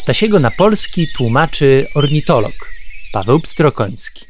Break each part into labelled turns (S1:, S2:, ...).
S1: Ptasiego na polski tłumaczy ornitolog Paweł Pstrokoński.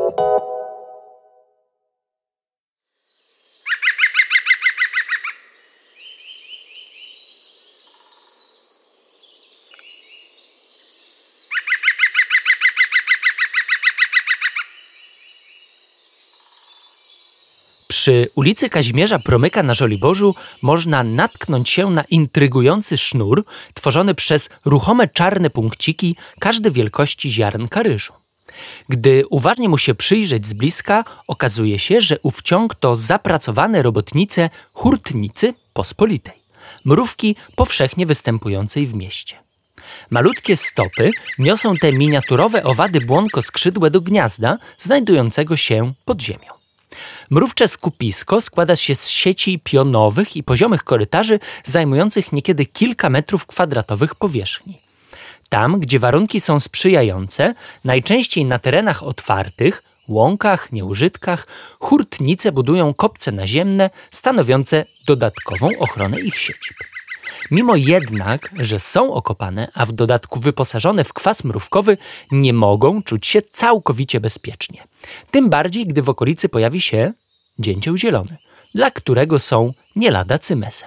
S1: Przy ulicy Kazimierza Promyka na Żoliborzu można natknąć się na intrygujący sznur tworzony przez ruchome czarne punkciki, każdy wielkości ziarnka ryżu. Gdy uważnie mu się przyjrzeć z bliska, okazuje się, że ów ciąg to zapracowane robotnice hurtnicy pospolitej, mrówki powszechnie występującej w mieście. Malutkie stopy niosą te miniaturowe owady błonkoskrzydłe do gniazda znajdującego się pod ziemią. Mrówcze skupisko składa się z sieci pionowych i poziomych korytarzy zajmujących niekiedy kilka metrów kwadratowych powierzchni. Tam, gdzie warunki są sprzyjające, najczęściej na terenach otwartych, łąkach, nieużytkach, hurtnice budują kopce naziemne stanowiące dodatkową ochronę ich siedzib. Mimo jednak, że są okopane, a w dodatku wyposażone w kwas mrówkowy, nie mogą czuć się całkowicie bezpiecznie. Tym bardziej, gdy w okolicy pojawi się dzięcioł zielony, dla którego są nie lada cymesem.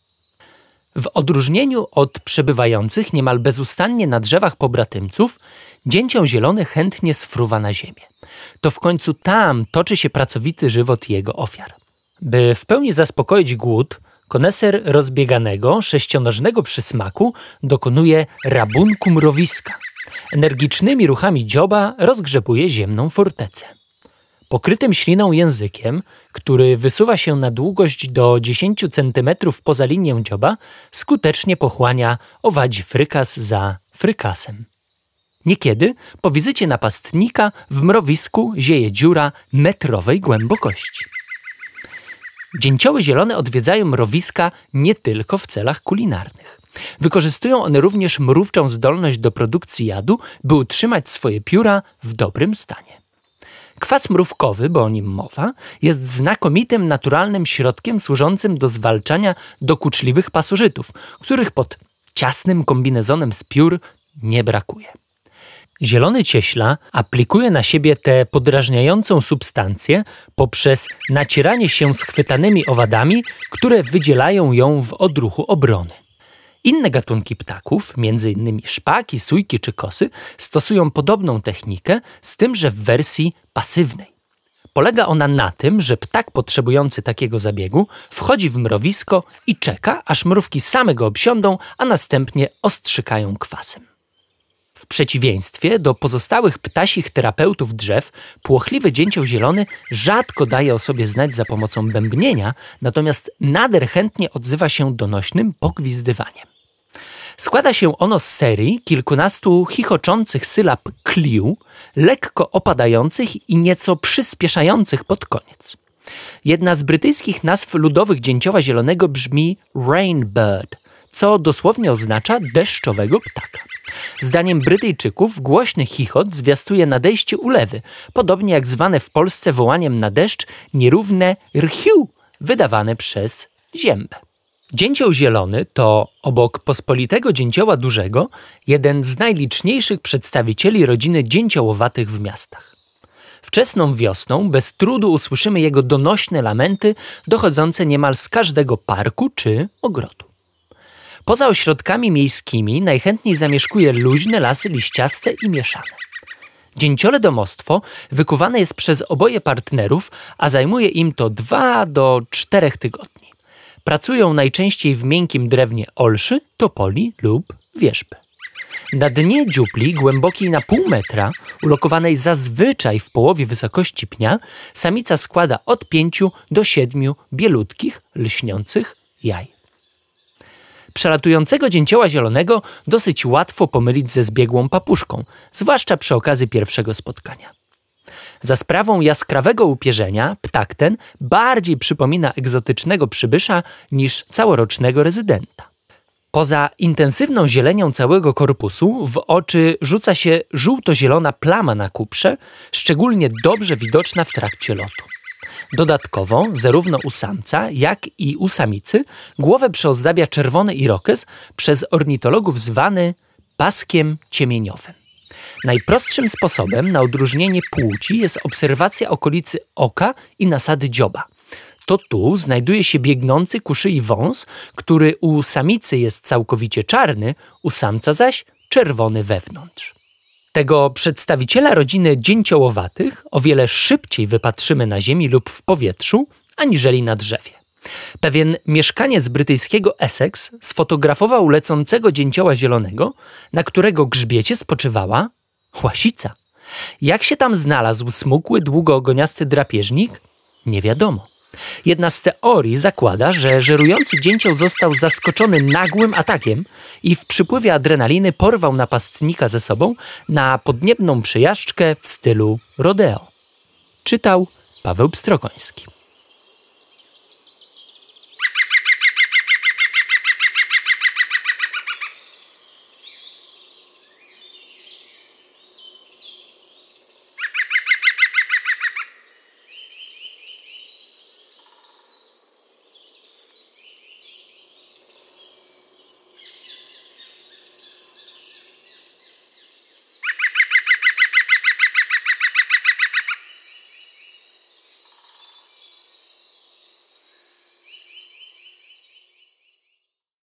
S1: W odróżnieniu od przebywających niemal bezustannie na drzewach pobratymców, dzięcioł zielony chętnie sfruwa na ziemię. To w końcu tam toczy się pracowity żywot jego ofiar. By w pełni zaspokoić głód, koneser rozbieganego, sześcionożnego przysmaku dokonuje rabunku mrowiska. Energicznymi ruchami dzioba rozgrzebuje ziemną fortecę. Pokrytym śliną językiem, który wysuwa się na długość do 10 cm poza linię dzioba, skutecznie pochłania owadzi frykas za frykasem. Niekiedy po wizycie napastnika w mrowisku zieje dziura metrowej głębokości. Dzięcioły zielone odwiedzają mrowiska nie tylko w celach kulinarnych. Wykorzystują one również mrówczą zdolność do produkcji jadu, by utrzymać swoje pióra w dobrym stanie. Kwas mrówkowy, bo o nim mowa, jest znakomitym naturalnym środkiem służącym do zwalczania dokuczliwych pasożytów, których pod ciasnym kombinezonem z piór nie brakuje. Zielony cieśla aplikuje na siebie tę podrażniającą substancję poprzez nacieranie się schwytanymi owadami, które wydzielają ją w odruchu obrony. Inne gatunki ptaków, m.in. szpaki, sójki czy kosy, stosują podobną technikę, z tym, że w wersji pasywnej. Polega ona na tym, że ptak potrzebujący takiego zabiegu wchodzi w mrowisko i czeka, aż mrówki same go obsiądą, a następnie ostrzykają kwasem. W przeciwieństwie do pozostałych ptasich terapeutów drzew, płochliwy dzięcioł zielony rzadko daje o sobie znać za pomocą bębnienia, natomiast nader chętnie odzywa się donośnym pogwizdywaniem. Składa się ono z serii kilkunastu chichoczących sylab kliu, lekko opadających i nieco przyspieszających pod koniec. Jedna z brytyjskich nazw ludowych dzięcioła zielonego brzmi rainbird, co dosłownie oznacza deszczowego ptaka. Zdaniem Brytyjczyków głośny chichot zwiastuje nadejście ulewy, podobnie jak zwane w Polsce wołaniem na deszcz nierówne rchiu wydawane przez ziębę. Dzięcioł zielony to, obok pospolitego dzięcioła dużego, jeden z najliczniejszych przedstawicieli rodziny dzięciołowatych w miastach. Wczesną wiosną bez trudu usłyszymy jego donośne lamenty dochodzące niemal z każdego parku czy ogrodu. Poza ośrodkami miejskimi najchętniej zamieszkuje luźne lasy liściaste i mieszane. Dzięciole domostwo wykuwane jest przez oboje partnerów, a zajmuje im to 2 do 4 tygodni. Pracują najczęściej w miękkim drewnie olszy, topoli lub wierzby. Na dnie dziupli, głębokiej na pół metra, ulokowanej zazwyczaj w połowie wysokości pnia, samica składa od 5 do 7 bielutkich, lśniących jaj. Przelatującego dzięcioła zielonego dosyć łatwo pomylić ze zbiegłą papuszką, zwłaszcza przy okazji pierwszego spotkania. Za sprawą jaskrawego upierzenia ptak ten bardziej przypomina egzotycznego przybysza niż całorocznego rezydenta. Poza intensywną zielenią całego korpusu w oczy rzuca się żółto-zielona plama na kuprze, szczególnie dobrze widoczna w trakcie lotu. Dodatkowo, zarówno u samca, jak i u samicy, głowę przyozdabia czerwony irokez, przez ornitologów zwany paskiem ciemieniowym. Najprostszym sposobem na odróżnienie płci jest obserwacja okolicy oka i nasady dzioba. To tu znajduje się biegnący ku szyi wąs, który u samicy jest całkowicie czarny, u samca zaś czerwony wewnątrz. Tego przedstawiciela rodziny dzięciołowatych o wiele szybciej wypatrzymy na ziemi lub w powietrzu, aniżeli na drzewie. Pewien mieszkaniec brytyjskiego Essex sfotografował lecącego dzięcioła zielonego, na którego grzbiecie spoczywała łasica. Jak się tam znalazł smukły, długoogoniasty drapieżnik? Nie wiadomo. Jedna z teorii zakłada, że żerujący dzięcioł został zaskoczony nagłym atakiem i w przypływie adrenaliny porwał napastnika ze sobą na podniebną przejażdżkę w stylu rodeo. Czytał Paweł Pstrokoński.